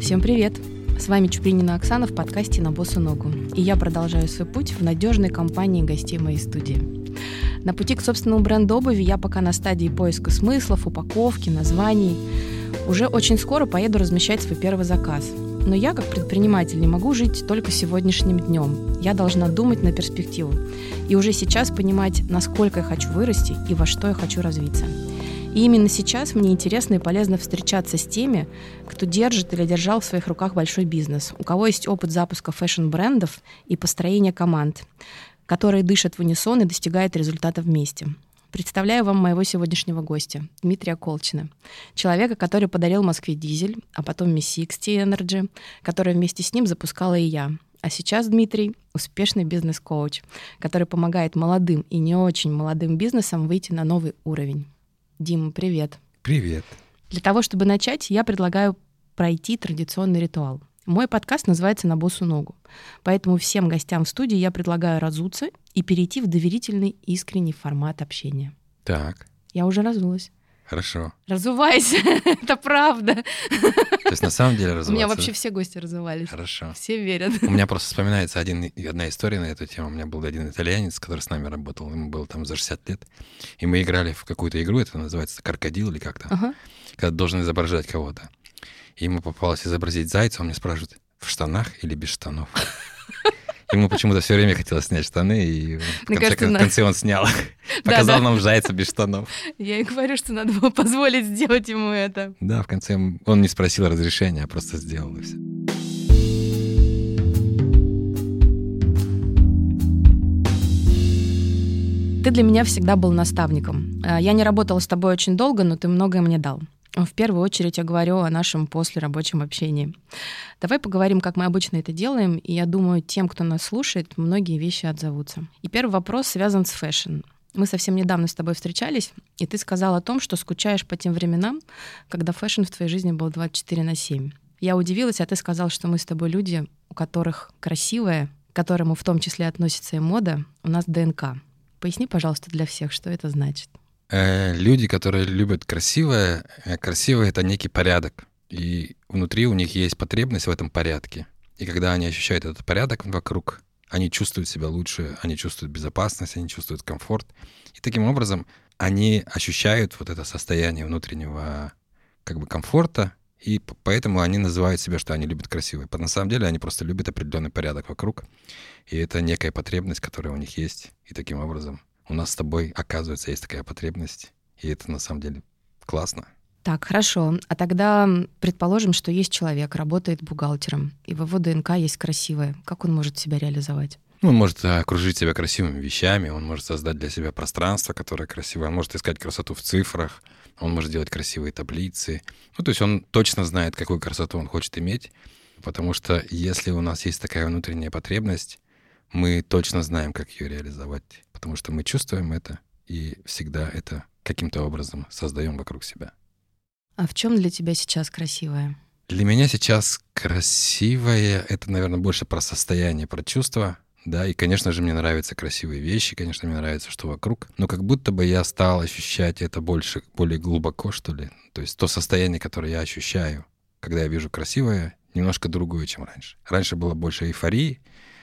Всем привет! С вами Чупринина Оксана в подкасте «На босу ногу». И я продолжаю свой путь в надежной компании гостей моей студии. На пути к собственному бренду обуви я пока на стадии поиска смыслов, упаковки, названий. Уже очень скоро поеду размещать свой первый заказ. Но я, как предприниматель, не могу жить только сегодняшним днем. Я должна думать на перспективу. И уже сейчас понимать, насколько я хочу вырасти и во что я хочу развиться. И именно сейчас мне интересно и полезно встречаться с теми, кто держит или держал в своих руках большой бизнес, у кого есть опыт запуска фэшн-брендов и построения команд, которые дышат в унисон и достигают результата вместе. Представляю вам моего сегодняшнего гостя, Дмитрия Колчина, человека, который подарил Москве дизель, а потом Mi60 Energy, который вместе с ним запускала и я. А сейчас Дмитрий — успешный бизнес-коуч, который помогает молодым и не очень молодым бизнесам выйти на новый уровень. Дима, привет. Привет. Для того, чтобы начать, я предлагаю пройти традиционный ритуал. Мой подкаст называется «На босу ногу», поэтому всем гостям в студии я предлагаю разуться и перейти в доверительный, искренний формат общения. Так. Я уже разулась. Хорошо. Разувайся, это правда. То есть на самом деле разуваться? У меня вообще все гости разувались. Хорошо. Все верят. У меня просто вспоминается одна история на эту тему. У меня был один итальянец, который с нами работал, ему было там за 60 лет, и мы играли в какую-то игру, это называется «Крокодил» или как там, когда должен изображать кого-то. И ему попалось изобразить зайца, он мне спрашивает, в штанах или без штанов? Ему почему-то все время хотелось снять штаны, и в конце он снял. Показал нам зайца без штанов. Я и говорю, что надо было позволить сделать ему это. Да, в конце он не спросил разрешения, а просто сделал, и все. Ты для меня всегда был наставником. Я не работала с тобой очень долго, но ты многое мне дал. В первую очередь я говорю о нашем послерабочем общении. Давай поговорим, как мы обычно это делаем, и я думаю, тем, кто нас слушает, многие вещи отзовутся. И первый вопрос связан с фэшн. Мы совсем недавно с тобой встречались, и ты сказал о том, что скучаешь по тем временам, когда фэшн в твоей жизни был 24/7. Я удивилась, а ты сказал, что мы с тобой люди, у которых красивое, к которому в том числе относится и мода, у нас ДНК. Поясни, пожалуйста, для всех, что это значит. Люди, которые любят красивое, красивое — это некий порядок. И внутри у них есть потребность в этом порядке. И когда они ощущают этот порядок вокруг, они чувствуют себя лучше, они чувствуют безопасность, они чувствуют комфорт. И таким образом они ощущают вот это состояние внутреннего комфорта, и поэтому они называют себя, что они любят красивое. На самом деле они просто любят определенный порядок вокруг. И это некая потребность, которая у них есть. И таким образом у нас с тобой, оказывается, есть такая потребность, и это на самом деле классно. Так, хорошо. А тогда предположим, что есть человек, работает бухгалтером, и в его ДНК есть красивое. Как он может себя реализовать? Он может окружить себя красивыми вещами, он может создать для себя пространство, которое красивое, он может искать красоту в цифрах, он может делать красивые таблицы. То есть он точно знает, какую красоту он хочет иметь, потому что если у нас есть такая внутренняя потребность, мы точно знаем, как ее реализовать, потому что мы чувствуем это и всегда это каким-то образом создаем вокруг себя. А в чем для тебя сейчас красивое? Для меня сейчас красивое — это, наверное, больше про состояние, про чувства. Да, и, конечно же, мне нравятся красивые вещи, конечно, мне нравится, что вокруг. Но как будто бы я стал ощущать это более глубоко, что ли. То есть то состояние, которое я ощущаю, когда я вижу красивое, немножко другое, чем раньше. Раньше было больше эйфории,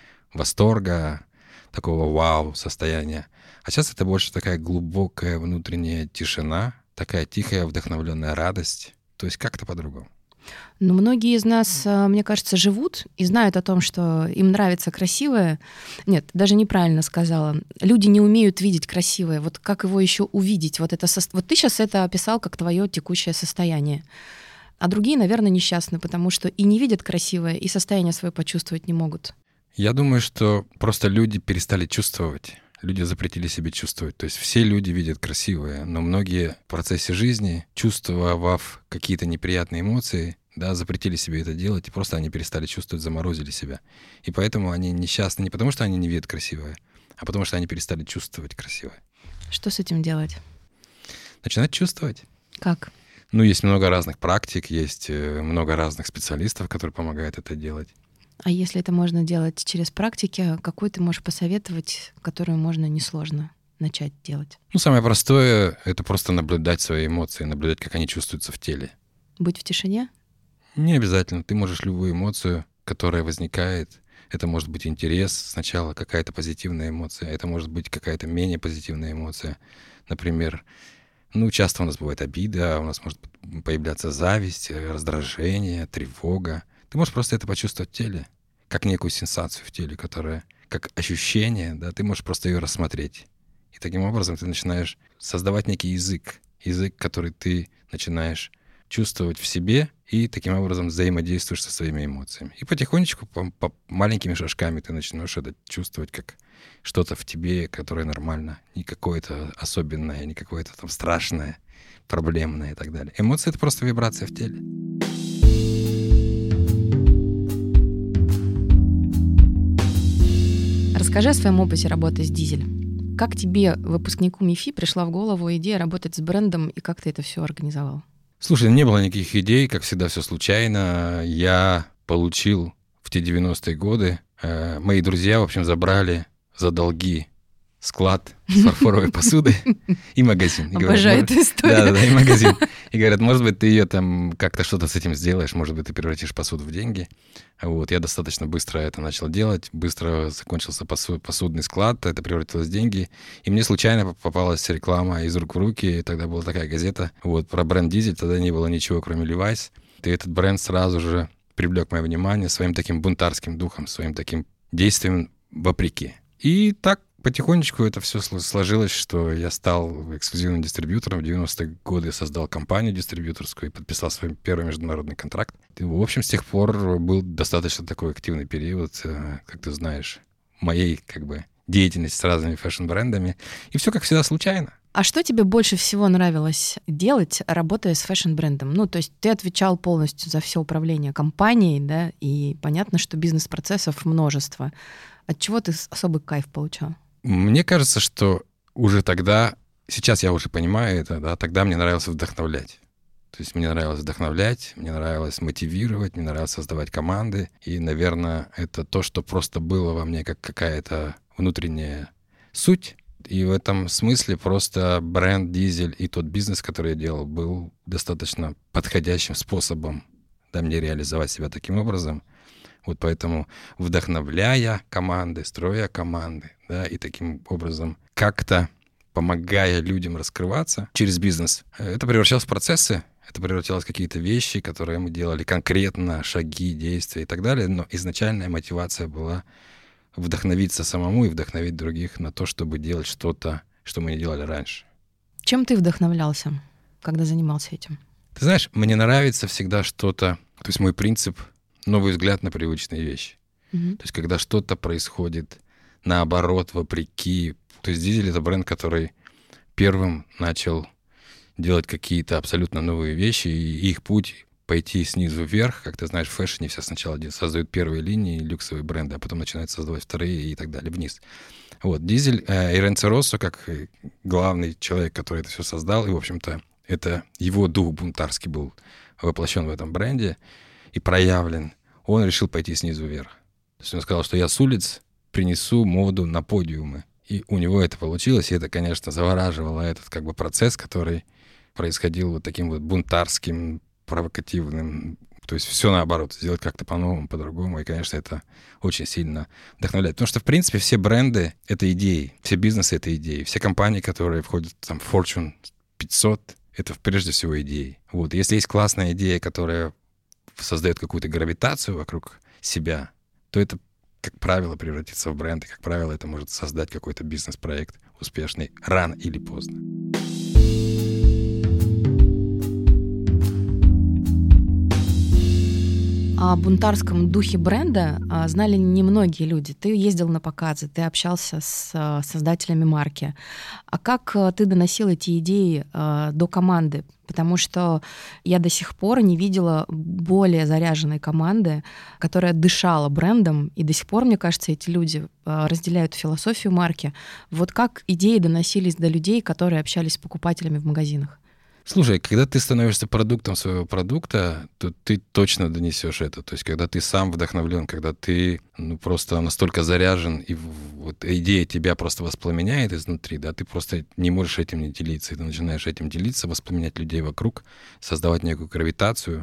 восторга, такого вау состояния. А сейчас это больше такая глубокая внутренняя тишина, такая тихая, вдохновленная радость. То есть как-то по-другому. Но многие из нас, мне кажется, живут и знают о том, что им нравится красивое. Нет, даже неправильно сказала. Люди не умеют видеть красивое. Вот как его еще увидеть? Вот ты сейчас это описал как твое текущее состояние. А другие, наверное, несчастны, потому что и не видят красивое, и состояние свое почувствовать не могут. Я думаю, что просто люди перестали чувствовать. Люди запретили себе чувствовать. То есть все люди видят красивое, но многие в процессе жизни, чувствовав какие-то неприятные эмоции, запретили себе это делать, и просто они перестали чувствовать, заморозили себя. И поэтому они несчастны не потому, что они не видят красивое, а потому что они перестали чувствовать красивое. Что с этим делать? Начинать чувствовать. Как? Есть много разных практик, есть много разных специалистов, которые помогают это делать. А если это можно делать через практики, какой ты можешь посоветовать, которую можно несложно начать делать? Самое простое — это просто наблюдать свои эмоции, наблюдать, как они чувствуются в теле. Быть в тишине? Не обязательно. Ты можешь любую эмоцию, которая возникает, это может быть интерес, сначала какая-то позитивная эмоция, это может быть какая-то менее позитивная эмоция. Например, часто у нас бывает обида, у нас может появляться зависть, раздражение, тревога. Ты можешь просто это почувствовать в теле, как некую сенсацию в теле, которая, как ощущение, да, ты можешь просто ее рассмотреть. И таким образом ты начинаешь создавать некий язык, который ты начинаешь чувствовать в себе, и таким образом взаимодействуешь со своими эмоциями. И потихонечку, по маленькими шажками ты начнешь это чувствовать как что-то в тебе, которое нормально, не какое-то особенное, не какое-то там страшное, проблемное и так далее. Эмоции — это просто вибрация в теле. Расскажи о своем опыте работы с «Дизель». Как тебе, выпускнику МИФИ, пришла в голову идея работать с брендом, и как ты это все организовал? Слушай, не было никаких идей, как всегда, все случайно. Я получил в те 90-е годы, мои друзья, в общем, забрали за долги склад с фарфоровой посудой и магазин. И обожаю эту историю. Да, и магазин. И говорят, может быть, ты ее там как-то что-то с этим сделаешь, может быть, ты превратишь посуду в деньги. Вот, я достаточно быстро это начал делать, быстро закончился посудный склад, это превратилось в деньги. И мне случайно попалась реклама из рук в руки, тогда была такая газета, вот, про бренд «Дизель», тогда не было ничего, кроме Levi's. И этот бренд сразу же привлек мое внимание своим таким бунтарским духом, своим таким действием вопреки. И так потихонечку это все сложилось, что я стал эксклюзивным дистрибьютором. В 90-е годы создал компанию дистрибьюторскую и подписал свой первый международный контракт. И, в общем, с тех пор был достаточно такой активный период, как ты знаешь, моей деятельности с разными фэшн-брендами. И все, как всегда, случайно. А что тебе больше всего нравилось делать, работая с фэшн-брендом? То есть ты отвечал полностью за все управление компанией, да, и понятно, что бизнес-процессов множество. От чего ты особый кайф получал? Мне кажется, что уже тогда, сейчас я уже понимаю это, да, тогда мне нравилось вдохновлять. То есть мне нравилось вдохновлять, мне нравилось мотивировать, мне нравилось создавать команды. И, наверное, это то, что просто было во мне как какая-то внутренняя суть. И в этом смысле просто бренд «Дизель» и тот бизнес, который я делал, был достаточно подходящим способом, да, мне реализовать себя таким образом. Вот поэтому, вдохновляя команды, строя команды, да, и таким образом как-то помогая людям раскрываться через бизнес, это превращалось в процессы, это превращалось в какие-то вещи, которые мы делали конкретно, шаги, действия и так далее. Но изначальная мотивация была вдохновиться самому и вдохновить других на то, чтобы делать что-то, что мы не делали раньше. Чем ты вдохновлялся, когда занимался этим? Ты знаешь, мне нравится всегда что-то, то есть мой принцип — новый взгляд на привычные вещи. То есть когда что-то происходит наоборот, вопреки. То есть «Дизель» — это бренд, который первым начал делать какие-то абсолютно новые вещи, и их путь пойти снизу вверх. Как ты знаешь, в фэшне все сначала создают первые линии, люксовые бренды, а потом начинают создавать вторые и так далее, вниз. Вот, «Дизель», и Ренцо Россо, как главный человек, который это все создал, и, в общем-то, это его дух бунтарский был воплощен в этом бренде и проявлен. Он решил пойти снизу вверх. То есть он сказал, что я с улиц принесу моду на подиумы. И у него это получилось, и это, конечно, завораживало этот процесс, который происходил вот таким вот бунтарским, провокативным. То есть все наоборот, сделать как-то по-новому, по-другому. И, конечно, это очень сильно вдохновляет. Потому что, в принципе, все бренды — это идеи, все бизнесы — это идеи. Все компании, которые входят в Fortune 500, это прежде всего идеи. Вот. Если есть классная идея, которая создает какую-то гравитацию вокруг себя, то это, как правило, превратится в бренд, и, как правило, это может создать какой-то бизнес-проект успешный рано или поздно. О бунтарском духе бренда знали немногие люди. Ты ездил на показы, ты общался с создателями марки. А как ты доносил эти идеи до команды? Потому что я до сих пор не видела более заряженной команды, которая дышала брендом, и до сих пор, мне кажется, эти люди разделяют философию марки. Вот как идеи доносились до людей, которые общались с покупателями в магазинах? Слушай, когда ты становишься продуктом своего продукта, то ты точно донесешь это. То есть, когда ты сам вдохновлен, когда ты просто настолько заряжен, и вот идея тебя просто воспламеняет изнутри, да, ты просто не можешь этим не делиться. И ты начинаешь этим делиться, воспламенять людей вокруг, создавать некую гравитацию.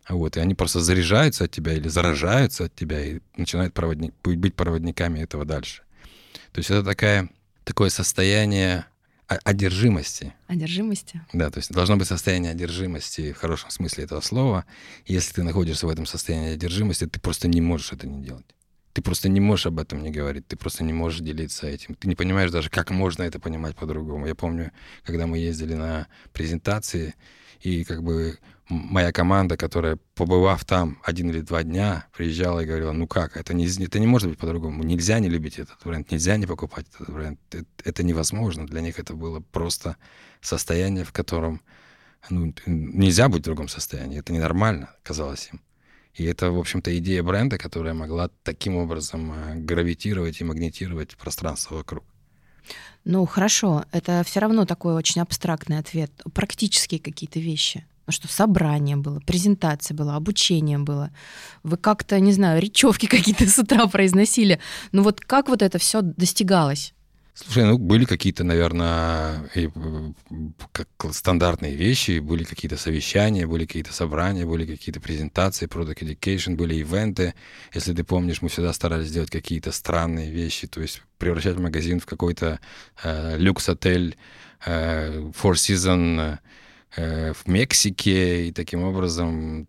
Вот, и они просто заряжаются от тебя или заражаются от тебя и начинают быть проводниками этого дальше. То есть это такое состояние одержимости. Одержимости? Да, то есть должно быть состояние одержимости в хорошем смысле этого слова. Если ты находишься в этом состоянии одержимости, ты просто не можешь это не делать. Ты просто не можешь об этом не говорить, ты просто не можешь делиться этим. Ты не понимаешь даже, как можно это понимать по-другому. Я помню, когда мы ездили на презентации, и как бы моя команда, которая, побывав там 1 или 2 дня, приезжала и говорила, ну как, это не может быть по-другому. Нельзя не любить этот бренд, нельзя не покупать этот бренд. Это невозможно. Для них это было просто состояние, в котором нельзя быть в другом состоянии. Это ненормально, казалось им. И это, в общем-то, идея бренда, которая могла таким образом гравитировать и магнитировать пространство вокруг. Ну, хорошо, это все равно такой очень абстрактный ответ. Практические какие-то вещи. Ну что, собрание было, презентация была, обучение было. Вы как-то, не знаю, речевки какие-то с утра произносили. Ну вот как вот это все достигалось? Слушай, были какие-то, наверное, как стандартные вещи, были какие-то совещания, были какие-то собрания, были какие-то презентации, product education, были ивенты. Если ты помнишь, мы всегда старались делать какие-то странные вещи, то есть превращать магазин в какой-то люкс-отель, Four Seasons в Мексике, и таким образом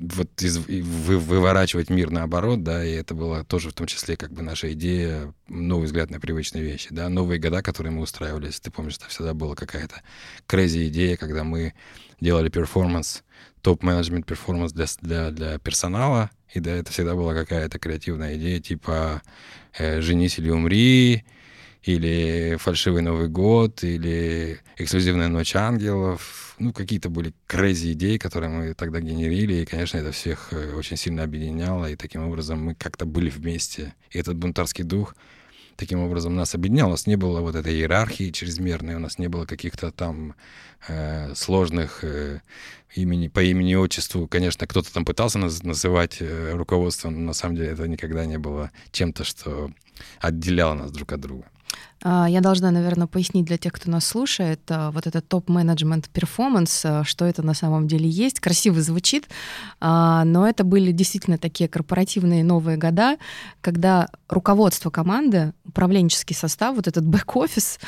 выворачивать мир наоборот, да, и это была тоже в том числе как бы наша идея, новый взгляд на привычные вещи, да, новые года, которые мы устраивали, если ты помнишь, это всегда была какая-то crazy идея, когда мы делали перформанс, топ-менеджмент перформанс для персонала, и да, это всегда была какая-то креативная идея, типа «Женись или умри», или «Фальшивый Новый год», или «Эксклюзивная ночь ангелов». Какие-то были crazy идеи, которые мы тогда генерили, и, конечно, это всех очень сильно объединяло, и таким образом мы как-то были вместе. И этот бунтарский дух таким образом нас объединял. У нас не было вот этой иерархии чрезмерной, у нас не было каких-то там сложных по имени и отчеству. Конечно, кто-то там пытался называть руководство, но на самом деле это никогда не было чем-то, что отделяло нас друг от друга. Я должна, наверное, пояснить для тех, кто нас слушает, вот это топ-менеджмент перформанс, что это на самом деле есть. Красиво звучит, но это были действительно такие корпоративные новые года, когда руководство команды, управленческий состав, вот этот бэк-офис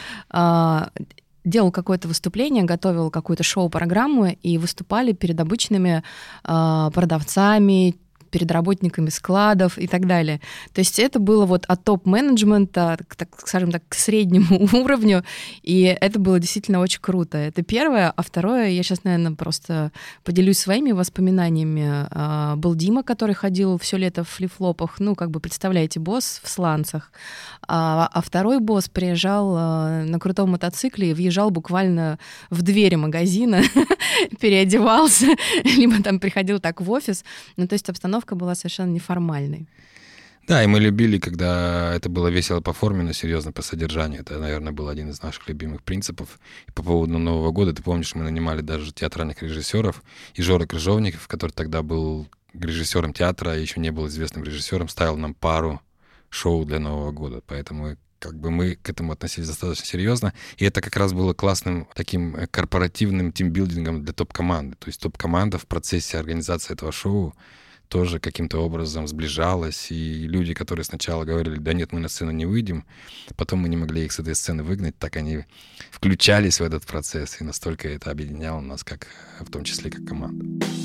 делал какое-то выступление, готовил какую-то шоу-программу и выступали перед обычными продавцами, перед работниками складов и так далее. То есть это было вот от топ-менеджмента, скажем так, к среднему уровню, и это было действительно очень круто. Это первое. А второе, я сейчас, наверное, просто поделюсь своими воспоминаниями. Был Дима, который ходил все лето в флип-флопах, представляете, босс в сланцах. А второй босс приезжал на крутом мотоцикле и въезжал буквально в двери магазина, переодевался, либо там приходил так в офис. То есть обстановка была совершенно неформальной. Да, и мы любили, когда это было весело по форме, но серьезно по содержанию. Это, наверное, был один из наших любимых принципов. И по поводу Нового года, ты помнишь, мы нанимали даже театральных режиссеров. И Жора Крыжовников, который тогда был режиссером театра, еще не был известным режиссером, ставил нам пару шоу для Нового года. Поэтому мы к этому относились достаточно серьезно. И это как раз было классным таким корпоративным тимбилдингом для топ-команды. То есть топ-команда в процессе организации этого шоу тоже каким-то образом сближалась, и люди, которые сначала говорили, да нет, мы на сцену не выйдем, потом мы не могли их с этой сцены выгнать, так они включались в этот процесс, и настолько это объединяло нас, в том числе как команду.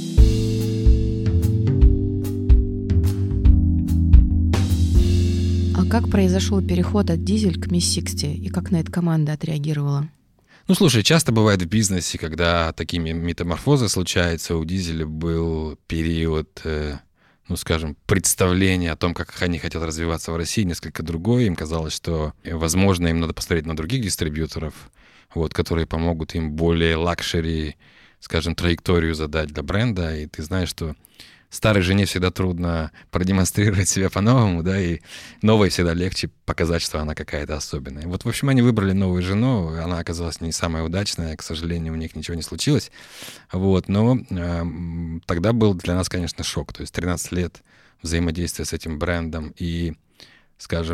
А как произошел переход от Дизель к Miss Sixty, и как на это команда отреагировала? Слушай, часто бывает в бизнесе, когда такие метаморфозы случаются. У Дизеля был период, представления о том, как они хотят развиваться в России, несколько другой. Им казалось, что, возможно, им надо посмотреть на других дистрибьюторов, которые помогут им более лакшери, траекторию задать для бренда. И ты знаешь, что старой жене всегда трудно продемонстрировать себя по-новому, да, и новой всегда легче показать, что она какая-то особенная. В общем, они выбрали новую жену, она оказалась не самая удачная, к сожалению, у них ничего не случилось, но тогда был для нас, конечно, шок, то есть 13 лет взаимодействия с этим брендом и,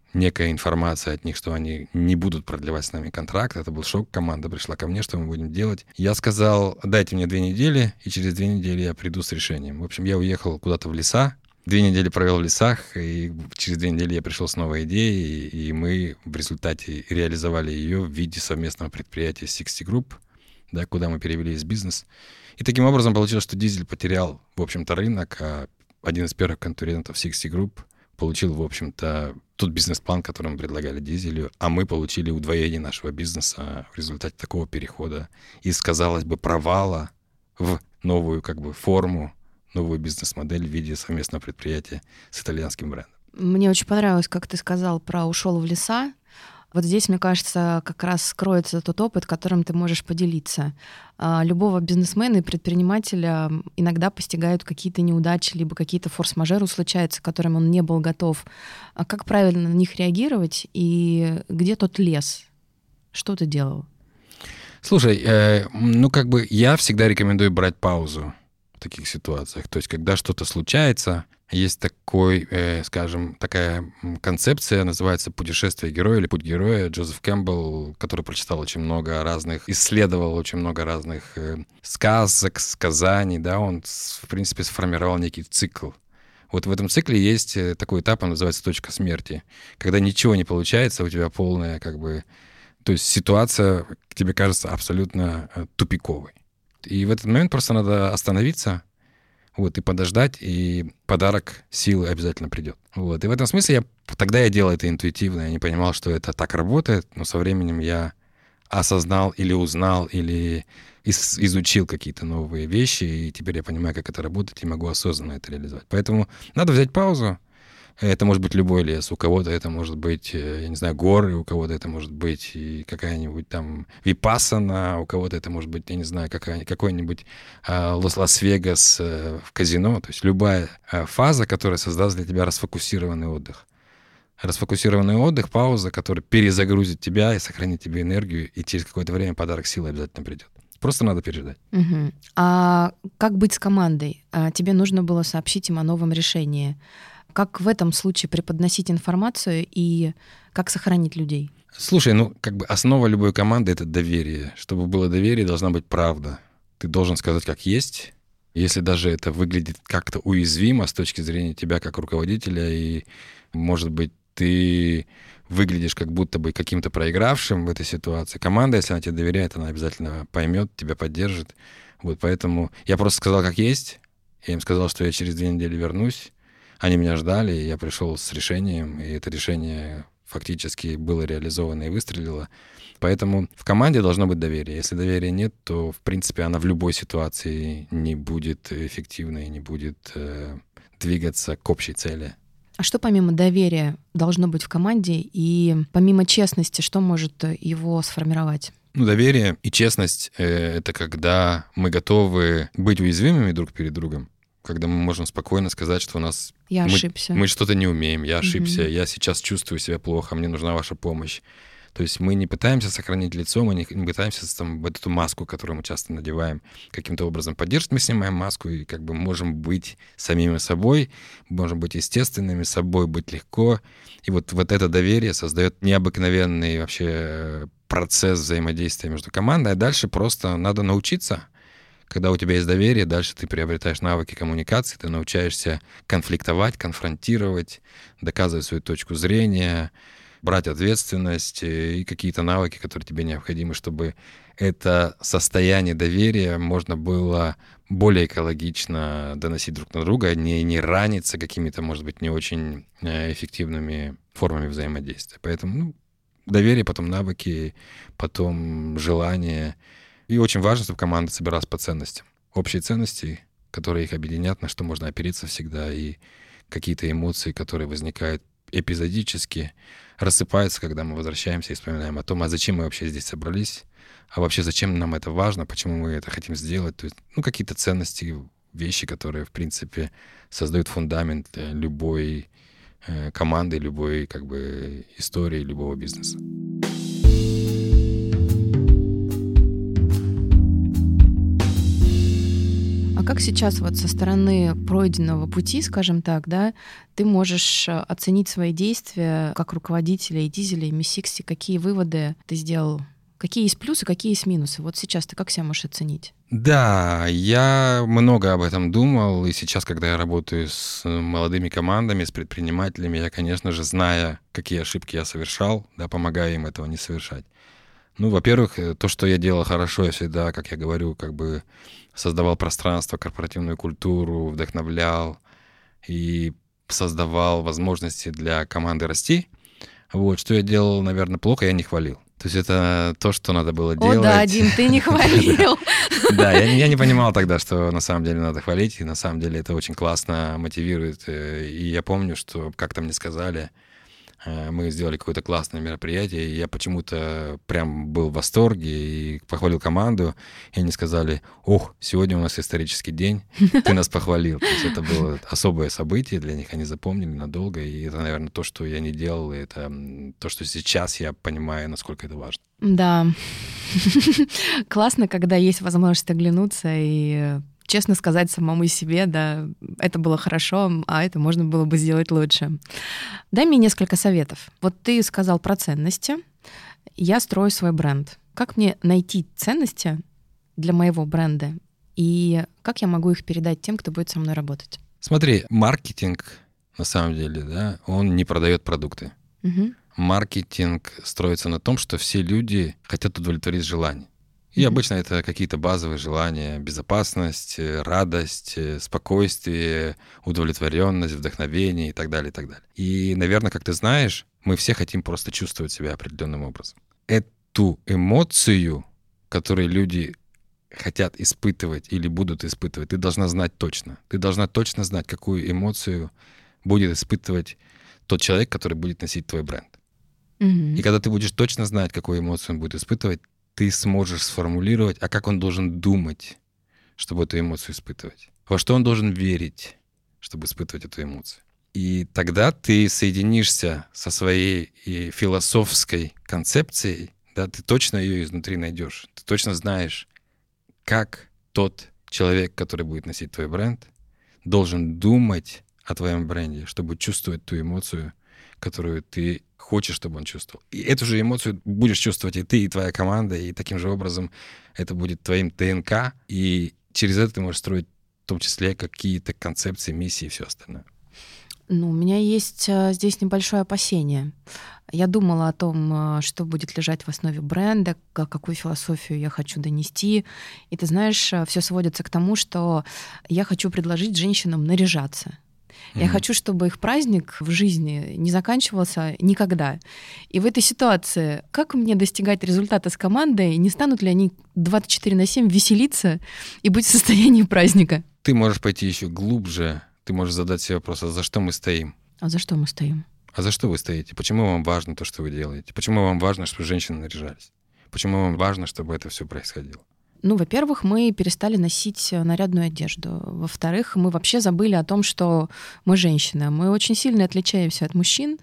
некая информация от них, что они не будут продлевать с нами контракт. Это был шок. Команда пришла ко мне, что мы будем делать. Я сказал, дайте мне 2 недели, и через 2 недели я приду с решением. В общем, я уехал куда-то в леса, 2 недели провел в лесах, и через 2 недели я пришел с новой идеей, и мы в результате реализовали ее в виде совместного предприятия 60 Group, да, куда мы перевели весь бизнес. И таким образом получилось, что Дизель потерял, в общем-то, рынок, а один из первых конкурентов 60 Group получил, в общем-то, тот бизнес-план, который мы предлагали Дизелю, а мы получили удвоение нашего бизнеса в результате такого перехода из, казалось бы, провала в новую как бы форму, новую бизнес-модель в виде совместного предприятия с итальянским брендом. Мне очень понравилось, как ты сказал про «ушел в леса». Вот здесь, мне кажется, как раз скроется тот опыт, которым ты можешь поделиться. Любого бизнесмена и предпринимателя иногда постигают какие-то неудачи, либо какие-то форс-мажоры случаются, к которым он не был готов. А как правильно на них реагировать и где тот лес? Что ты делал? Слушай, я всегда рекомендую брать паузу в таких ситуациях. То есть, когда что-то случается, есть такая концепция, называется «Путешествие героя» или «Путь героя». Джозеф Кэмпбелл, который прочитал очень много разных, исследовал очень много разных сказок, сказаний, да, он, в принципе, сформировал некий цикл. Вот в этом цикле есть такой этап, он называется «Точка смерти», когда ничего не получается, у тебя полная, то есть ситуация тебе кажется абсолютно тупиковой. И в этот момент просто надо остановиться, и подождать, и подарок силы обязательно придет. И в этом смысле тогда я делал это интуитивно, я не понимал, что это так работает, но со временем я осознал или узнал, или изучил какие-то новые вещи, и теперь я понимаю, как это работает, и могу осознанно это реализовать. Поэтому надо взять паузу. Это может быть любой лес. У кого-то это может быть, я не знаю, горы, у кого-то это может быть и какая-нибудь там випассана, у кого-то это может быть, я не знаю, какой-нибудь Лас-Вегас в казино. То есть любая фаза, которая создаст для тебя расфокусированный отдых. Расфокусированный отдых, пауза, которая перезагрузит тебя и сохранит тебе энергию, и через какое-то время подарок силы обязательно придет. Просто надо переждать. Угу. А как быть с командой? Тебе нужно было сообщить им о новом решении. Как в этом случае преподносить информацию и как сохранить людей? Слушай, основа любой команды — это доверие. Чтобы было доверие, должна быть правда. Ты должен сказать, как есть. Если даже это выглядит как-то уязвимо с точки зрения тебя как руководителя, и, может быть, ты выглядишь как будто бы каким-то проигравшим в этой ситуации. Команда, если она тебе доверяет, она обязательно поймет, тебя поддержит. Поэтому я просто сказал, как есть. Я им сказал, что я через 2 недели вернусь. Они меня ждали, и я пришел с решением, и это решение фактически было реализовано и выстрелило. Поэтому в команде должно быть доверие. Если доверия нет, то, в принципе, она в любой ситуации не будет эффективной, не будет двигаться к общей цели. А что помимо доверия должно быть в команде, и помимо честности, что может его сформировать? Доверие и честность — это когда мы готовы быть уязвимыми друг перед другом, когда мы можем спокойно сказать, что я ошибся. Мы что-то не умеем, я ошибся, я сейчас чувствую себя плохо, мне нужна ваша помощь. То есть мы не пытаемся сохранить лицо, мы не пытаемся эту маску, которую мы часто надеваем, каким-то образом поддерживать. Мы снимаем маску и можем быть самими собой, можем быть естественными собой, быть легко. И вот это доверие создает необыкновенный вообще процесс взаимодействия между командой. А дальше просто надо научиться. Когда у тебя есть доверие, дальше ты приобретаешь навыки коммуникации, ты научаешься конфликтовать, конфронтировать, доказывать свою точку зрения, брать ответственность и какие-то навыки, которые тебе необходимы, чтобы это состояние доверия можно было более экологично доносить друг на друга, не раниться какими-то, может быть, не очень эффективными формами взаимодействия. Поэтому доверие, потом навыки, потом желание. И очень важно, чтобы команда собиралась по ценностям. Общие ценности, которые их объединят, на что можно опереться всегда, и какие-то эмоции, которые возникают эпизодически, рассыпаются, когда мы возвращаемся и вспоминаем о том, а зачем мы вообще здесь собрались, а вообще зачем нам это важно, почему мы это хотим сделать. То есть, какие-то ценности, вещи, которые, в принципе, создают фундамент любой команды, любой истории, любого бизнеса. А как сейчас вот со стороны пройденного пути, скажем так, да, ты можешь оценить свои действия как руководителя и Дизеля, и Ми-60? Какие выводы ты сделал? Какие есть плюсы, какие есть минусы? Вот сейчас ты как себя можешь оценить? Да, я много об этом думал, и сейчас, когда я работаю с молодыми командами, с предпринимателями, я, конечно же, зная, какие ошибки я совершал, да, помогаю им этого не совершать. Ну, во-первых, то, что я делал хорошо, я всегда, как я говорю, как бы создавал пространство, корпоративную культуру, вдохновлял и создавал возможности для команды расти. Вот, что я делал, наверное, плохо, я не хвалил. То есть это то, что надо было делать. О, да, Дим, ты не хвалил. Да, я не понимал тогда, что на самом деле надо хвалить, и на самом деле это очень классно мотивирует. И я помню, что как-то мне сказали, мы сделали какое-то классное мероприятие, и я почему-то прям был в восторге и похвалил команду, и они сказали: ох, сегодня у нас исторический день, ты нас похвалил. То есть это было особое событие для них, они запомнили надолго, и это, наверное, то, что я не делал, и это то, что сейчас я понимаю, насколько это важно. Да. Классно, когда есть возможность оглянуться и честно сказать самому себе, да, это было хорошо, а это можно было бы сделать лучше. Дай мне несколько советов. Вот ты сказал про ценности. Я строю свой бренд. Как мне найти ценности для моего бренда? И как я могу их передать тем, кто будет со мной работать? Смотри, маркетинг, на самом деле, да, он не продает продукты. Угу. Маркетинг строится на том, что все люди хотят удовлетворить желания. И обычно это какие-то базовые желания: безопасность, радость, спокойствие, удовлетворенность, вдохновение и так далее, и так далее. И, наверное, как ты знаешь, мы все хотим просто чувствовать себя определенным образом. Эту эмоцию, которую люди хотят испытывать или будут испытывать, ты должна знать точно. Ты должна точно знать, какую эмоцию будет испытывать тот человек, который будет носить твой бренд. И когда ты будешь точно знать, какую эмоцию он будет испытывать, ты сможешь сформулировать, а как он должен думать, чтобы эту эмоцию испытывать. Во что он должен верить, чтобы испытывать эту эмоцию. И тогда ты соединишься со своей философской концепцией, да, ты точно ее изнутри найдешь. Ты точно знаешь, как тот человек, который будет носить твой бренд, должен думать о твоем бренде, чтобы чувствовать ту эмоцию, которую ты хочешь, чтобы он чувствовал. И эту же эмоцию будешь чувствовать и ты, и твоя команда, и таким же образом это будет твоим ДНК, и через это ты можешь строить в том числе какие-то концепции, миссии и все остальное. Ну, у меня есть здесь небольшое опасение. Я думала о том, что будет лежать в основе бренда, какую философию я хочу донести. И ты знаешь, все сводится к тому, что я хочу предложить женщинам наряжаться. Я хочу, чтобы их праздник в жизни не заканчивался никогда. И в этой ситуации, как мне достигать результата с командой? Не станут ли они 24/7 веселиться и быть в состоянии праздника? Ты можешь пойти еще глубже. Ты можешь задать себе вопрос: а за что мы стоим? А за что мы стоим? А за что вы стоите? Почему вам важно то, что вы делаете? Почему вам важно, чтобы женщины наряжались? Почему вам важно, чтобы это все происходило? Ну, во-первых, мы перестали носить нарядную одежду. Во-вторых, мы вообще забыли о том, что мы женщины. Мы очень сильно отличаемся от мужчин,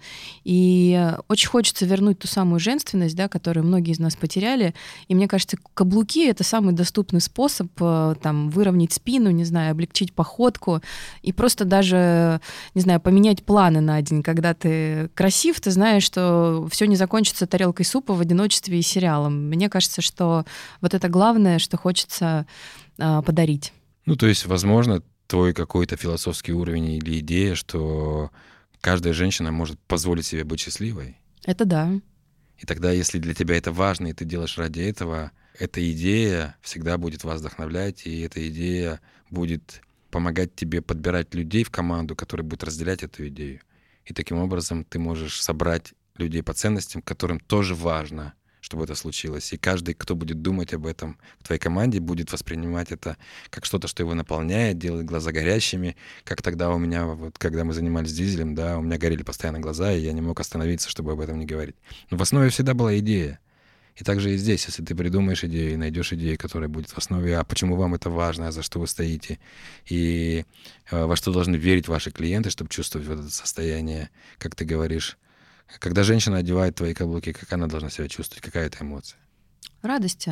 и очень хочется вернуть ту самую женственность, да, которую многие из нас потеряли. И мне кажется, каблуки — это самый доступный способ там, выровнять спину, не знаю, облегчить походку и просто даже, не знаю, поменять планы на день. Когда ты красив, ты знаешь, что все не закончится тарелкой супа в одиночестве и сериалом. Мне кажется, что вот это главное, что хочется подарить. Ну, то есть, возможно, твой какой-то философский уровень или идея, что каждая женщина может позволить себе быть счастливой. Это да. И тогда, если для тебя это важно, и ты делаешь ради этого, эта идея всегда будет вас вдохновлять, и эта идея будет помогать тебе подбирать людей в команду, которые будут разделять эту идею. И таким образом ты можешь собрать людей по ценностям, которым тоже важно, чтобы это случилось. И каждый, кто будет думать об этом в твоей команде, будет воспринимать это как что-то, что его наполняет, делает глаза горящими. Как тогда у меня, вот, когда мы занимались дизелем, да, у меня горели постоянно глаза, и я не мог остановиться, чтобы об этом не говорить. Но в основе всегда была идея. И также и здесь, если ты придумаешь идею и найдешь идею, которая будет в основе, а почему вам это важно, а за что вы стоите, и во что должны верить ваши клиенты, чтобы чувствовать вот это состояние, как ты говоришь. Когда женщина одевает твои каблуки, как она должна себя чувствовать? Какая это эмоция? Радости.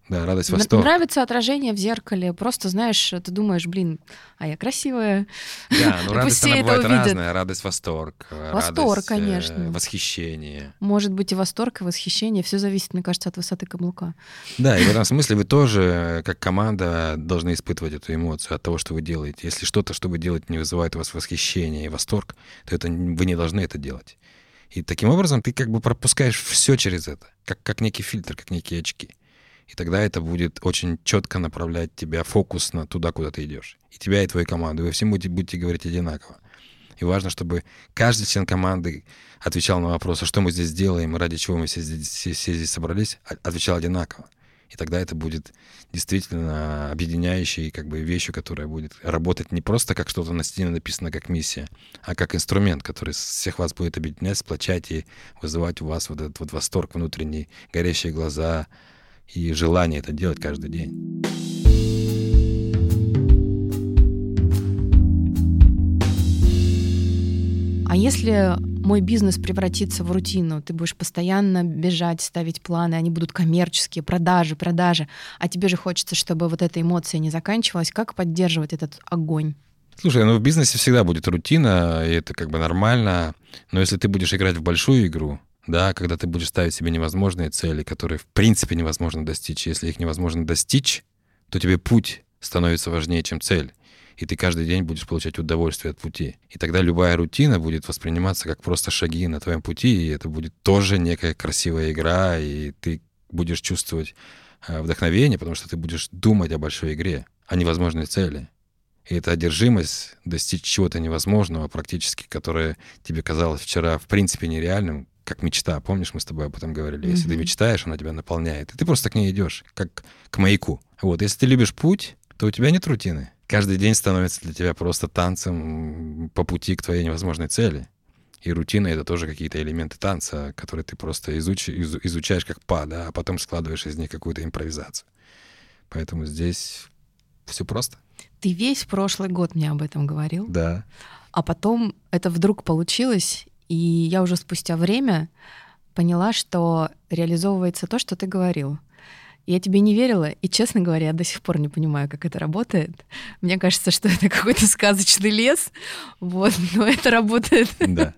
Да, радость, восторг. Нравится отражение в зеркале. Просто, знаешь, ты думаешь, а я красивая. Да, но радость, она бывает увидят. разная. Радость, восторг. Восторг, радость, конечно. Восхищение. Может быть и восторг, и восхищение. Все зависит, мне кажется, от высоты каблука. Да, и в этом смысле вы тоже, как команда, должны испытывать эту эмоцию от того, что вы делаете. Если что-то, что вы делаете, не вызывает у вас восхищение и восторг, то вы не должны это делать. И таким образом ты как бы пропускаешь все через это, как некий фильтр, как некие очки. И тогда это будет очень четко направлять тебя, фокус на туда, куда ты идешь. И тебя, и твою команду. Вы все будете говорить одинаково. И важно, чтобы каждый член команды отвечал на вопрос, а что мы здесь делаем, и ради чего мы все здесь собрались, отвечал одинаково. И тогда это будет действительно объединяющей как бы вещью, которая будет работать не просто как что-то на стене написано как миссия, а как инструмент, который всех вас будет объединять, сплочать и вызывать у вас вот этот вот восторг внутренний, горящие глаза и желание это делать каждый день. А если мой бизнес превратится в рутину, ты будешь постоянно бежать, ставить планы, они будут коммерческие, продажи, а тебе же хочется, чтобы вот эта эмоция не заканчивалась, как поддерживать этот огонь? Слушай, в бизнесе всегда будет рутина, и это как бы нормально, но если ты будешь играть в большую игру, да, когда ты будешь ставить себе невозможные цели, которые в принципе невозможно достичь, если их невозможно достичь, то тебе путь становится важнее, чем цель. И ты каждый день будешь получать удовольствие от пути. И тогда любая рутина будет восприниматься как просто шаги на твоем пути, и это будет тоже некая красивая игра, и ты будешь чувствовать вдохновение, потому что ты будешь думать о большой игре, о невозможной цели. И эта одержимость достичь чего-то невозможного практически, которое тебе казалось вчера в принципе нереальным, как мечта. Помнишь, мы с тобой об этом говорили? Если ты мечтаешь, она тебя наполняет, и ты просто к ней идешь, как к маяку. Вот, если ты любишь путь, то у тебя нет рутины. Каждый день становится для тебя просто танцем по пути к твоей невозможной цели. И рутина — это тоже какие-то элементы танца, которые ты просто изучаешь как па, да, а потом складываешь из них какую-то импровизацию. Поэтому здесь все просто. Ты весь прошлый год мне об этом говорил. Да. А потом это вдруг получилось, и я уже спустя время поняла, что реализовывается то, что ты говорил. Я тебе не верила, и, честно говоря, я до сих пор не понимаю, как это работает. Мне кажется, что это какой-то сказочный лес, вот, но это работает. Да.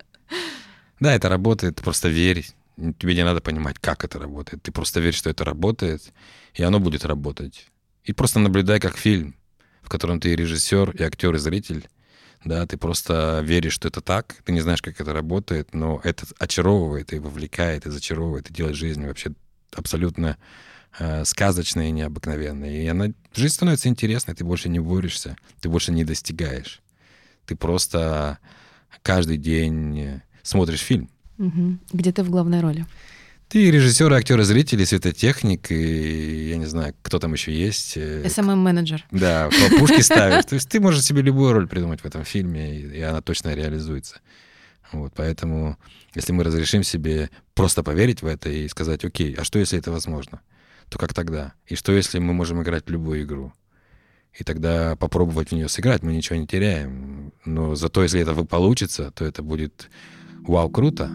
Да, это работает, просто верь. Тебе не надо понимать, как это работает. Ты просто верь, что это работает, и оно будет работать. И просто наблюдай как фильм, в котором ты и режиссер, и актер, и зритель. Да, ты просто веришь, что это так, ты не знаешь, как это работает, но это очаровывает и вовлекает, и зачаровывает, и делает жизнь вообще абсолютно сказочная и необыкновенная. И жизнь становится интересной, ты больше не борешься, ты больше не достигаешь. Ты просто каждый день смотришь фильм. Угу. Где ты в главной роли? Ты режиссер, актер, и зритель, и светотехник, и я не знаю, кто там еще есть. SMM-менеджер. Да, пушки ставишь. То есть ты можешь себе любую роль придумать в этом фильме, и она точно реализуется. Вот, поэтому, если мы разрешим себе просто поверить в это и сказать, окей, а что, если это возможно? То как тогда? И что, если мы можем играть в любую игру? И тогда попробовать в нее сыграть, мы ничего не теряем. Но зато, если это получится, то это будет вау, круто.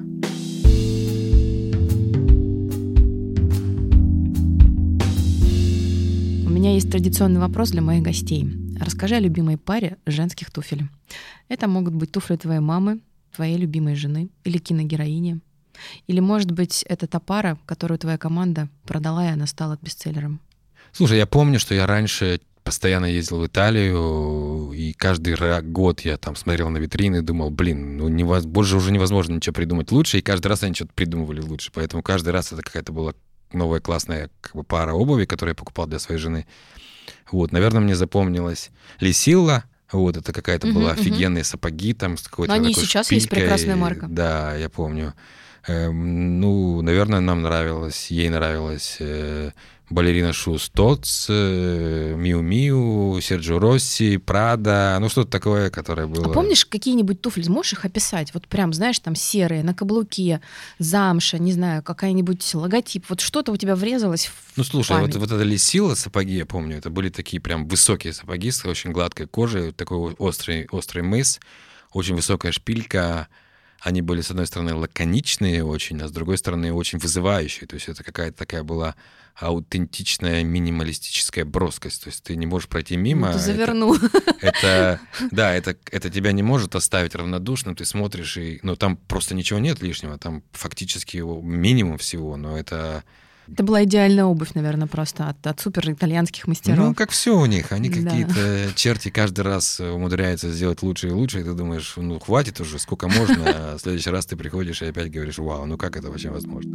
У меня есть традиционный вопрос для моих гостей. Расскажи о любимой паре женских туфель. Это могут быть туфли твоей мамы, твоей любимой жены или киногероини. Или, может быть, это та пара, которую твоя команда продала, и она стала бестселлером. Слушай, я помню, что я раньше постоянно ездил в Италию, и каждый год я там смотрел на витрины и думал, больше уже невозможно ничего придумать лучше, и каждый раз они что-то придумывали лучше. Поэтому каждый раз это какая-то была новая классная пара обуви, которую я покупал для своей жены. Вот, наверное, мне запомнилась Лисилла. Вот, это какая-то была офигенные сапоги там с какой-то такой шпилькой. Сейчас есть прекрасная марка. Да, я помню. Наверное, ей нравилась балерина Шуз Тотс, Миу Миу, Серджио Росси, Прада, что-то такое, которое было... А помнишь какие-нибудь туфли, можешь их описать? Вот прям, знаешь, там серые, на каблуке, замша, не знаю, какая-нибудь логотип, вот что-то у тебя врезалось в слушай, память. вот это Лисилла сапоги, я помню, это были такие прям высокие сапоги с очень гладкой кожей, такой острый мыс, очень высокая шпилька. Они были, с одной стороны, лаконичные очень, а с другой стороны, очень вызывающие. То есть это какая-то такая была аутентичная минималистическая броскость. То есть ты не можешь пройти мимо. Ты завернул. Это тебя не может оставить равнодушным. Ты смотришь, там просто ничего нет лишнего. Там фактически минимум всего, но это... Это была идеальная обувь, наверное, просто от супер итальянских мастеров. Ну, как все у них. Они какие-то черти каждый раз умудряются сделать лучше и лучше, и ты думаешь, хватит уже, сколько можно, а в следующий раз ты приходишь и опять говоришь, вау, как это вообще возможно?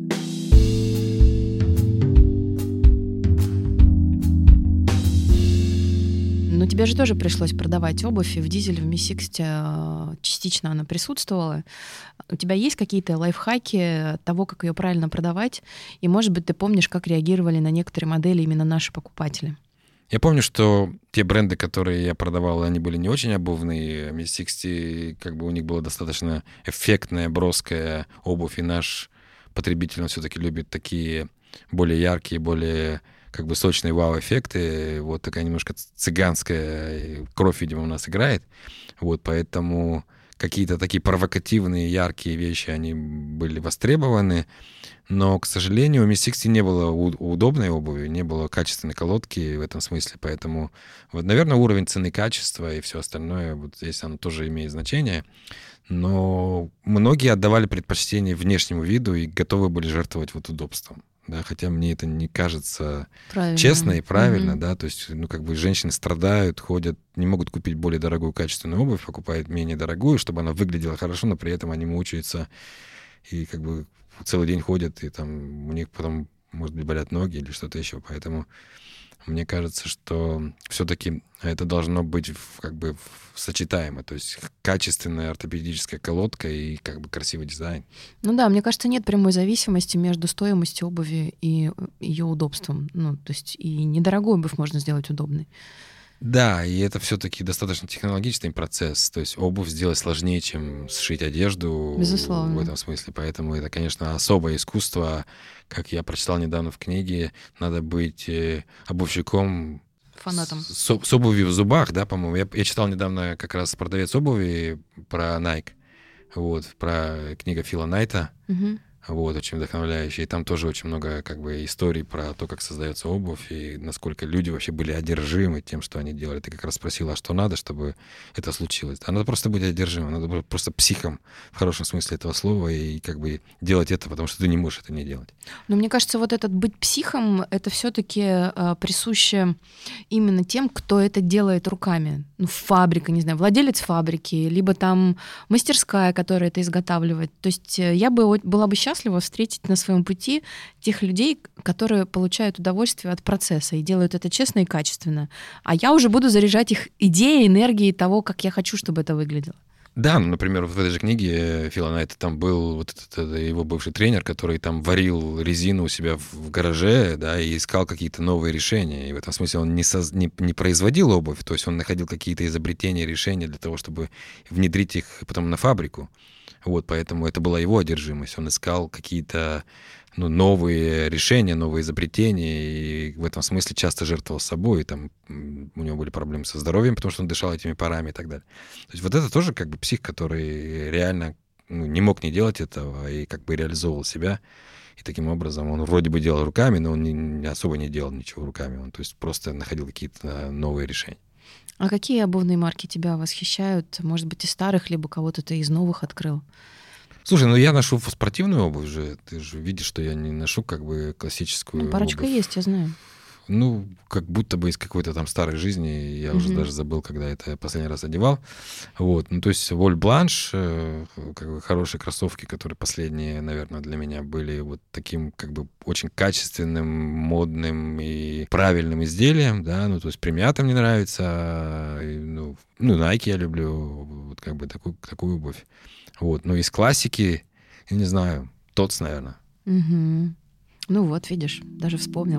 Но тебе же тоже пришлось продавать обувь, и в Дизеле, в Mi60 частично она присутствовала. У тебя есть какие-то лайфхаки того, как ее правильно продавать? И, может быть, ты помнишь, как реагировали на некоторые модели именно наши покупатели? Я помню, что те бренды, которые я продавал, они были не очень обувные. Mi60, у них была достаточно эффектная, броская обувь, и наш потребитель, он все-таки любит такие более яркие, более сочные вау-эффекты. Вот такая немножко цыганская кровь, видимо, у нас играет. Поэтому какие-то такие провокативные, яркие вещи, они были востребованы. Но, к сожалению, у Mi60 не было удобной обуви, не было качественной колодки в этом смысле. Поэтому, наверное, уровень цены-качества и все остальное, здесь оно тоже имеет значение. Но многие отдавали предпочтение внешнему виду и готовы были жертвовать удобством. Да, хотя мне это не кажется честно и правильно, да, то есть, женщины страдают, ходят, не могут купить более дорогую качественную обувь, покупают менее дорогую, чтобы она выглядела хорошо, но при этом они мучаются и целый день ходят, и там у них потом, может быть, болят ноги или что-то еще, поэтому мне кажется, что все-таки это должно быть сочетаемо, то есть качественная ортопедическая колодка и красивый дизайн. Ну да, мне кажется, нет прямой зависимости между стоимостью обуви и ее удобством. То есть и недорогую обувь можно сделать удобной. Да, и это все-таки достаточно технологичный процесс. То есть обувь сделать сложнее, чем сшить одежду. Безусловно. В этом смысле. Поэтому это, конечно, особое искусство. Как я прочитал недавно в книге, надо быть обувщиком. Фанатом. С обувью в зубах, да, по-моему. Я читал недавно как раз «Продавец обуви» про Nike. Про книгу Фила Найта. Угу. Очень вдохновляющий. И там тоже очень много историй про то, как создается обувь, и насколько люди вообще были одержимы тем, что они делали. Ты как раз спросила, а что надо, чтобы это случилось? А надо просто быть одержимым, надо быть просто психом в хорошем смысле этого слова и делать это, потому что ты не можешь это не делать. Но мне кажется, этот быть психом, это все-таки присуще именно тем, кто это делает руками. Фабрика, не знаю, владелец фабрики, либо там мастерская, которая это изготавливает. То есть я была бы счастлива встретить на своем пути тех людей, которые получают удовольствие от процесса и делают это честно и качественно. А я уже буду заряжать их идеей, энергией того, как я хочу, чтобы это выглядело. Да, например, в этой же книге Фила Найта там был его бывший тренер, который там варил резину у себя в гараже, да, и искал какие-то новые решения. И в этом смысле он не производил обувь, то есть он находил какие-то изобретения, решения для того, чтобы внедрить их потом на фабрику. Поэтому это была его одержимость. Он искал какие-то новые решения, новые изобретения, и в этом смысле часто жертвовал собой. И там у него были проблемы со здоровьем, потому что он дышал этими парами и так далее. То есть это тоже псих, который реально не мог не делать этого и реализовывал себя. И таким образом он вроде бы делал руками, но он не особо не делал ничего руками. Он просто находил какие-то новые решения. А какие обувные марки тебя восхищают? Может быть, из старых, либо кого-то ты из новых открыл? Слушай, я ношу спортивную обувь же. Ты же видишь, что я не ношу классическую парочка обувь. Есть, я знаю. Как будто бы из какой-то там старой жизни. Я уже даже забыл, когда это последний раз одевал. То есть Воль Бланш, хорошие кроссовки, которые последние, наверное, для меня были таким очень качественным, модным и правильным изделием, да, то есть Премиата мне нравится, Nike я люблю, такую обувь. Из классики, я не знаю, Тотс, наверное. Угу. Видишь, даже вспомнил.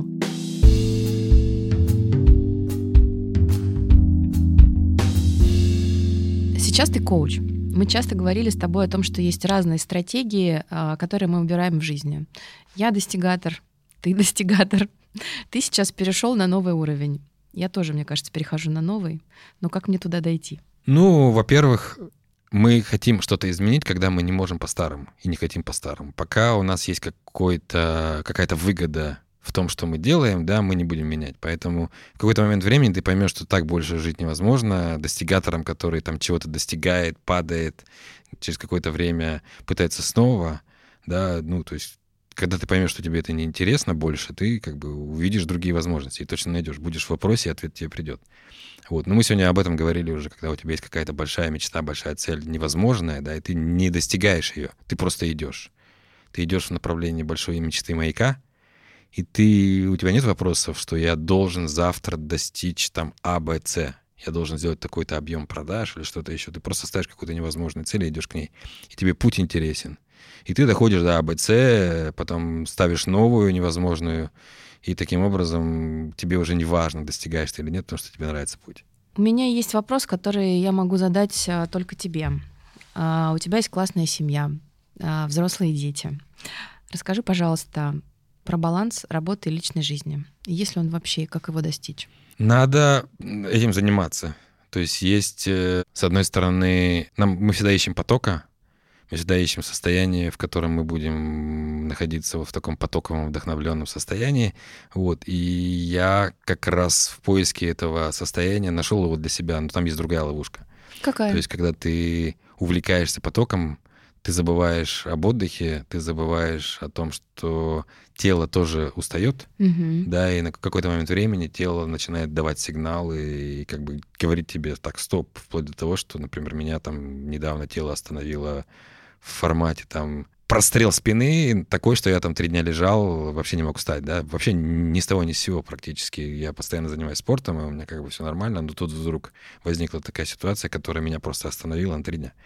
Сейчас ты коуч. Мы часто говорили с тобой о том, что есть разные стратегии, которые мы выбираем в жизни. Я достигатор, ты достигатор. Ты сейчас перешел на новый уровень. Я тоже, мне кажется, перехожу на новый. Но как мне туда дойти? Во-первых, мы хотим что-то изменить, когда мы не можем по-старому и не хотим по-старому. Пока у нас есть какая-то выгода в том, что мы делаем, да, мы не будем менять. Поэтому в какой-то момент времени ты поймешь, что так больше жить невозможно. Достигатором, который там чего-то достигает, падает, через какое-то время пытается снова, да, ну, то есть когда ты поймешь, что тебе это неинтересно больше, ты как бы увидишь другие возможности и точно найдешь. Будешь в вопросе, и ответ тебе придет. Вот. Но мы сегодня об этом говорили уже, когда у тебя есть какая-то большая мечта, большая цель, невозможная, да, и ты не достигаешь ее, ты просто идешь. Ты идешь в направлении большой мечты маяка, и у тебя нет вопросов, что я должен завтра достичь там А, Б, С. Я должен сделать такой-то объем продаж или что-то еще. Ты просто ставишь какую-то невозможную цель и идешь к ней. И тебе путь интересен. И ты доходишь до А, Б, С, потом ставишь новую невозможную, и таким образом тебе уже не важно, достигаешь ты или нет, потому что тебе нравится путь. У меня есть вопрос, который я могу задать только тебе. У тебя есть классная семья, взрослые дети. Расскажи, пожалуйста, про баланс работы и личной жизни. Есть ли он вообще, и как его достичь? Надо этим заниматься. То есть с одной стороны, мы всегда ищем потока, мы всегда ищем состояние, в котором мы будем находиться в таком потоковом, вдохновленном состоянии. Вот. И я как раз в поиске этого состояния нашел его для себя. Но там есть другая ловушка. Какая? То есть когда ты увлекаешься потоком, ты забываешь об отдыхе, ты забываешь о том, что тело тоже устает, да, и на какой-то момент времени тело начинает давать сигналы и как бы говорить тебе так, стоп, вплоть до того, что, например, меня там недавно тело остановило в формате там прострел спины такой, что я там 3 дня лежал, вообще не мог встать, да, вообще ни с того ни с сего практически. Я постоянно занимаюсь спортом, и у меня как бы все нормально, но тут вдруг возникла такая ситуация, которая меня просто остановила на 3 дня.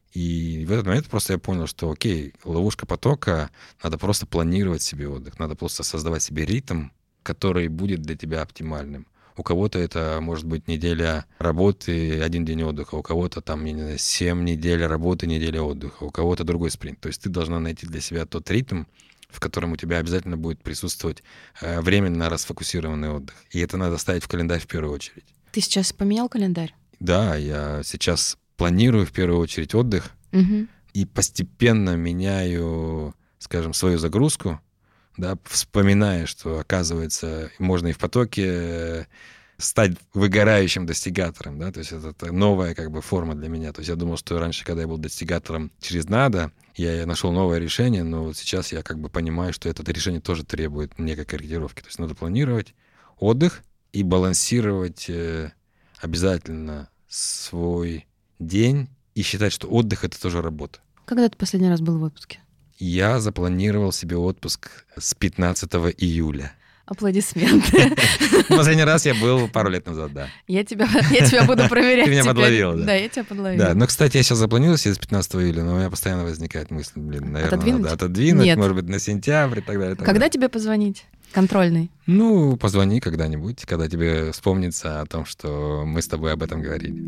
И в этот момент просто я понял, что окей, ловушка потока, надо просто планировать себе отдых, надо просто создавать себе ритм, который будет для тебя оптимальным. У кого-то это может быть неделя работы, 1 день отдыха, у кого-то там, я не знаю, 7 недель работы, неделя отдыха, у кого-то другой спринт. То есть ты должна найти для себя тот ритм, в котором у тебя обязательно будет присутствовать временно расфокусированный отдых. И это надо ставить в календарь в первую очередь. Ты сейчас поменял календарь? Да, я сейчас планирую в первую очередь отдых и постепенно меняю, скажем, свою загрузку, да, вспоминая, что, оказывается, можно и в потоке стать выгорающим достигатором, да, то есть это новая как бы форма для меня. То есть я думал, что раньше, когда я был достигатором через надо, я нашел новое решение, но вот сейчас я как бы понимаю, что это решение тоже требует некой корректировки. То есть надо планировать отдых и балансировать обязательно свой день и считать, что отдых — это тоже работа. Когда ты последний раз был в отпуске? Я запланировал себе отпуск с 15 июля. Аплодисменты. Последний раз я был пару лет назад, да. Я тебя буду проверять. Ты меня подловила, да. Да, я тебя подловила. Да, но, кстати, я сейчас запланировал себе с 15 июля, но у меня постоянно возникает мысль, наверное, надо отодвинуть, Нет. Может быть, на сентябрь и так далее. Когда тебе позвонить? Контрольный. Ну, позвони когда-нибудь, когда тебе вспомнится о том, что мы с тобой об этом говорили.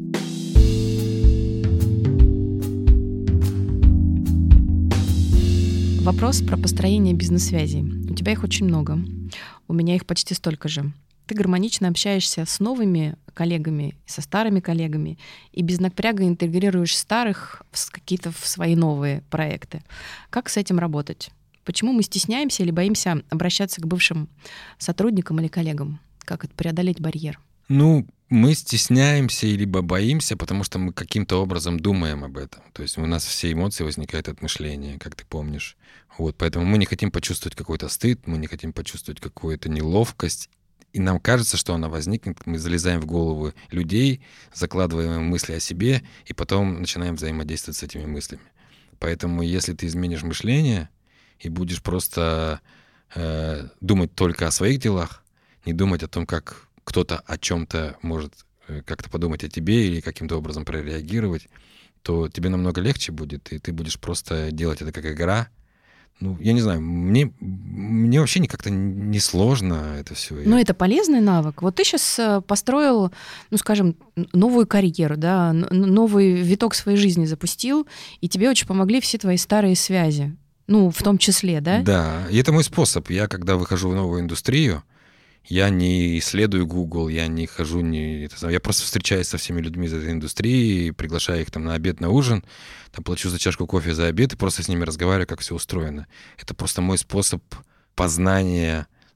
Вопрос про построение бизнес-связей. У тебя их очень много. У меня их почти столько же. Ты гармонично общаешься с новыми коллегами, со старыми коллегами, и без напряга интегрируешь старых в какие-то свои новые проекты. Как с этим работать? Почему мы стесняемся или боимся обращаться к бывшим сотрудникам или коллегам? Как это преодолеть барьер? Ну, мы стесняемся либо боимся, потому что мы каким-то образом думаем об этом. То есть у нас все эмоции возникают от мышления, как ты помнишь. Вот, поэтому мы не хотим почувствовать какой-то стыд, мы не хотим почувствовать какую-то неловкость. И нам кажется, что она возникнет, мы залезаем в голову людей, закладываем мысли о себе, и потом начинаем взаимодействовать с этими мыслями. Поэтому если ты изменишь мышление и будешь просто думать только о своих делах, не думать о том, как кто-то о чем-то может как-то подумать о тебе или каким-то образом прореагировать, то тебе намного легче будет, и ты будешь просто делать это как игра. Ну, я не знаю, мне вообще как-то не сложно это все. Но это полезный навык. Вот ты сейчас построил, ну, скажем, новую карьеру, да, новый виток своей жизни запустил, и тебе очень помогли все твои старые связи. Ну, в том числе, да? Да, и это мой способ. Я, когда выхожу в новую индустрию, я не исследую Google, я не хожу, я просто встречаюсь со всеми людьми из этой индустрии, приглашаю их там на обед, на ужин, там плачу за чашку кофе за обед и просто с ними разговариваю, как все устроено. Это просто мой способ познания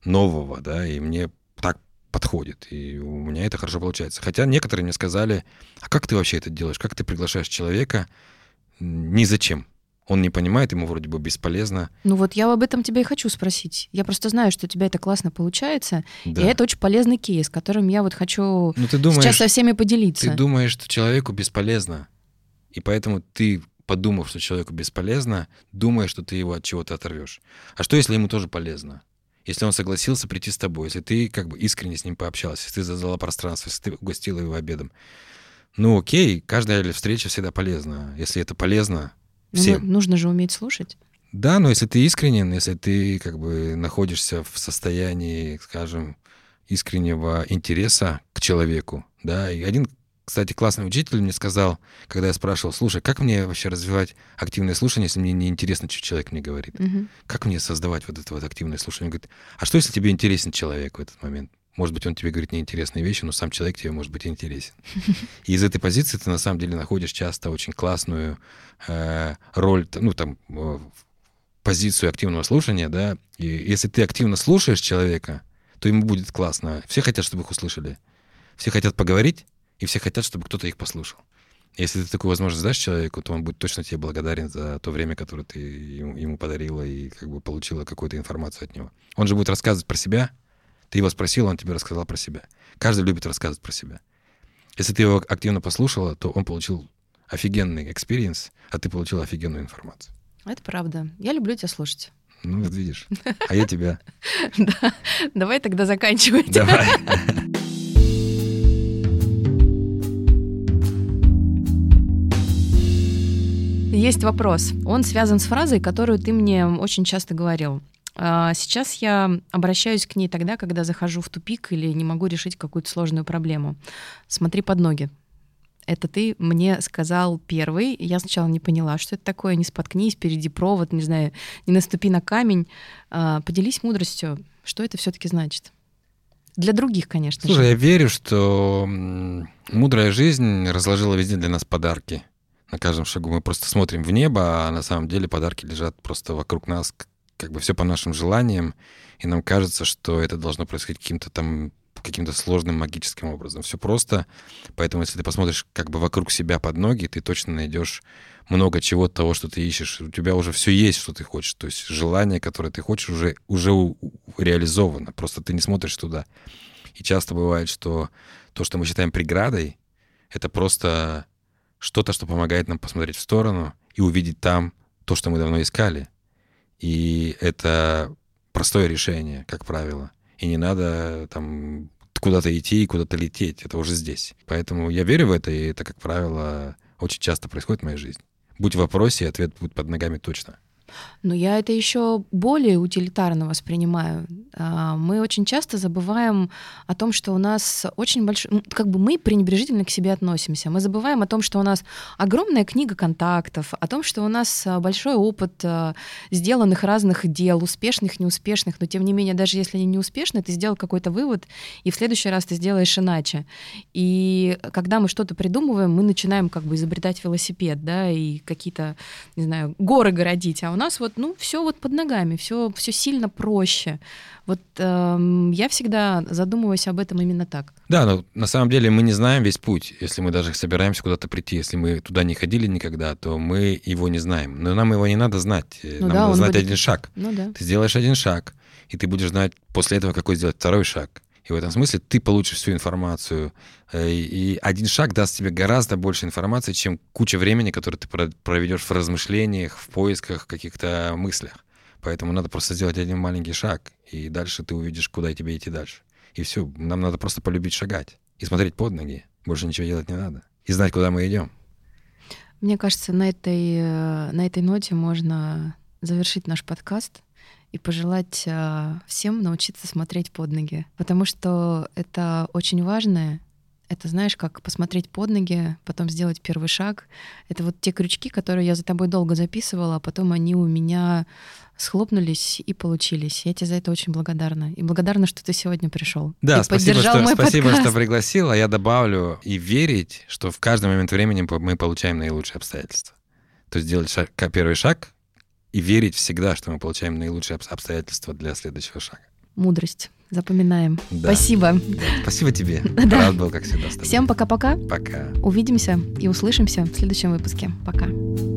нового, да, и мне так подходит, и у меня это хорошо получается. Хотя некоторые мне сказали, а как ты вообще это делаешь? Как ты приглашаешь человека ни зачем? Он не понимает, ему вроде бы бесполезно. Ну вот я об этом тебя и хочу спросить. Я просто знаю, что у тебя это классно получается, Да. и это очень полезный кейс, которым я вот хочу Ну, ты думаешь, сейчас со всеми поделиться. Ты думаешь, что человеку бесполезно, и поэтому ты, подумав, что человеку бесполезно, думаешь, что ты его от чего-то оторвешь. А что, если ему тоже полезно? Если он согласился прийти с тобой, если ты как бы искренне с ним пообщался, если ты задала пространство, если ты угостила его обедом. Ну окей, каждая встреча всегда полезна. Если это полезно всем. Нужно же уметь слушать. Да, но если ты искренен, если ты как бы находишься в состоянии, скажем, искреннего интереса к человеку, да, и один, кстати, классный учитель мне сказал, когда я спрашивал, слушай, как мне вообще развивать активное слушание, если мне не интересно, что человек мне говорит? Как мне создавать вот это вот активное слушание? Он говорит, а что, если тебе интересен человек в этот момент? Может быть, он тебе говорит неинтересные вещи, но сам человек тебе может быть интересен. И из этой позиции ты на самом деле находишь часто очень классную роль, ну, там, позицию активного слушания, да, и если ты активно слушаешь человека, то ему будет классно. Все хотят, чтобы их услышали. Все хотят поговорить, и все хотят, чтобы кто-то их послушал. Если ты такую возможность дашь человеку, то он будет точно тебе благодарен за то время, которое ты ему подарила и как бы получила какую-то информацию от него. Он же будет рассказывать про себя. Ты его спросил, он тебе рассказал про себя. Каждый любит рассказывать про себя. Если ты его активно послушала, то он получил офигенный экспириенс, а ты получил офигенную информацию. Это правда. Я люблю тебя слушать. Ну, вот видишь. А я тебя. Да. Давай тогда заканчивать. Давай. Есть вопрос. Он связан с фразой, которую ты мне очень часто говорил. Сейчас я обращаюсь к ней тогда, когда захожу в тупик или не могу решить какую-то сложную проблему. Смотри под ноги. Это ты мне сказал первый. Я сначала не поняла, что это такое. Не споткнись, впереди провод, не знаю, не наступи на камень. Поделись мудростью. Что это все-таки значит? Для других, конечно. Слушай, я верю, что мудрая жизнь разложила везде для нас подарки. На каждом шагу мы просто смотрим в небо, а на самом деле подарки лежат просто вокруг нас, как бы все по нашим желаниям, и нам кажется, что это должно происходить каким-то сложным магическим образом. Все просто, поэтому если ты посмотришь как бы вокруг себя под ноги, ты точно найдешь много чего того, что ты ищешь. У тебя уже все есть, что ты хочешь. То есть желание, которое ты хочешь, уже реализовано. Просто ты не смотришь туда. И часто бывает, что то, что мы считаем преградой, это просто что-то, что помогает нам посмотреть в сторону и увидеть там то, что мы давно искали. И это простое решение, как правило. И не надо там куда-то идти и куда-то лететь. Это уже здесь. Поэтому я верю в это, и это, как правило, очень часто происходит в моей жизни. Будь в вопросе, ответ будет под ногами точно. Но я это еще более утилитарно воспринимаю. Мы очень часто забываем о том, что у нас очень большой... Как бы мы пренебрежительно к себе относимся. Мы забываем о том, что у нас огромная книга контактов, о том, что у нас большой опыт сделанных разных дел, успешных, неуспешных, но тем не менее, даже если они неуспешны, ты сделал какой-то вывод, и в следующий раз ты сделаешь иначе. И когда мы что-то придумываем, мы начинаем как бы изобретать велосипед, да, и какие-то, не знаю, горы городить, а у нас вот, все вот под ногами, все сильно проще. Вот я всегда задумываюсь об этом именно так. Да, но на самом деле мы не знаем весь путь. Если мы даже собираемся куда-то прийти, если мы туда не ходили никогда, то мы его не знаем. Но нам его не надо знать. Нам надо знать один шаг. Да. Ты сделаешь один шаг, и ты будешь знать после этого, какой сделать второй шаг. И в этом смысле ты получишь всю информацию. И один шаг даст тебе гораздо больше информации, чем куча времени, которое ты проведешь в размышлениях, в поисках, каких-то мыслях. Поэтому надо просто сделать один маленький шаг, и дальше ты увидишь, куда тебе идти дальше. И все. Нам надо просто полюбить шагать и смотреть под ноги. Больше ничего делать не надо. И знать, куда мы идем. Мне кажется, на этой ноте можно завершить наш подкаст и пожелать всем научиться смотреть под ноги. Потому что это очень важно. Это, знаешь, как посмотреть под ноги, потом сделать первый шаг. Это вот те крючки, которые я за тобой долго записывала, а потом они у меня схлопнулись и получились. Я тебе за это очень благодарна. И благодарна, что ты сегодня пришел. Да, и спасибо, подкаст. что пригласила. Я добавлю и верить, что в каждый момент времени мы получаем наилучшие обстоятельства. То есть делать первый шаг и верить всегда, что мы получаем наилучшие обстоятельства для следующего шага. Мудрость. Запоминаем. Да. Спасибо. Да. Спасибо тебе. Да. Рад был, как всегда, с тобой. Всем пока-пока. Пока. Увидимся и услышимся в следующем выпуске. Пока.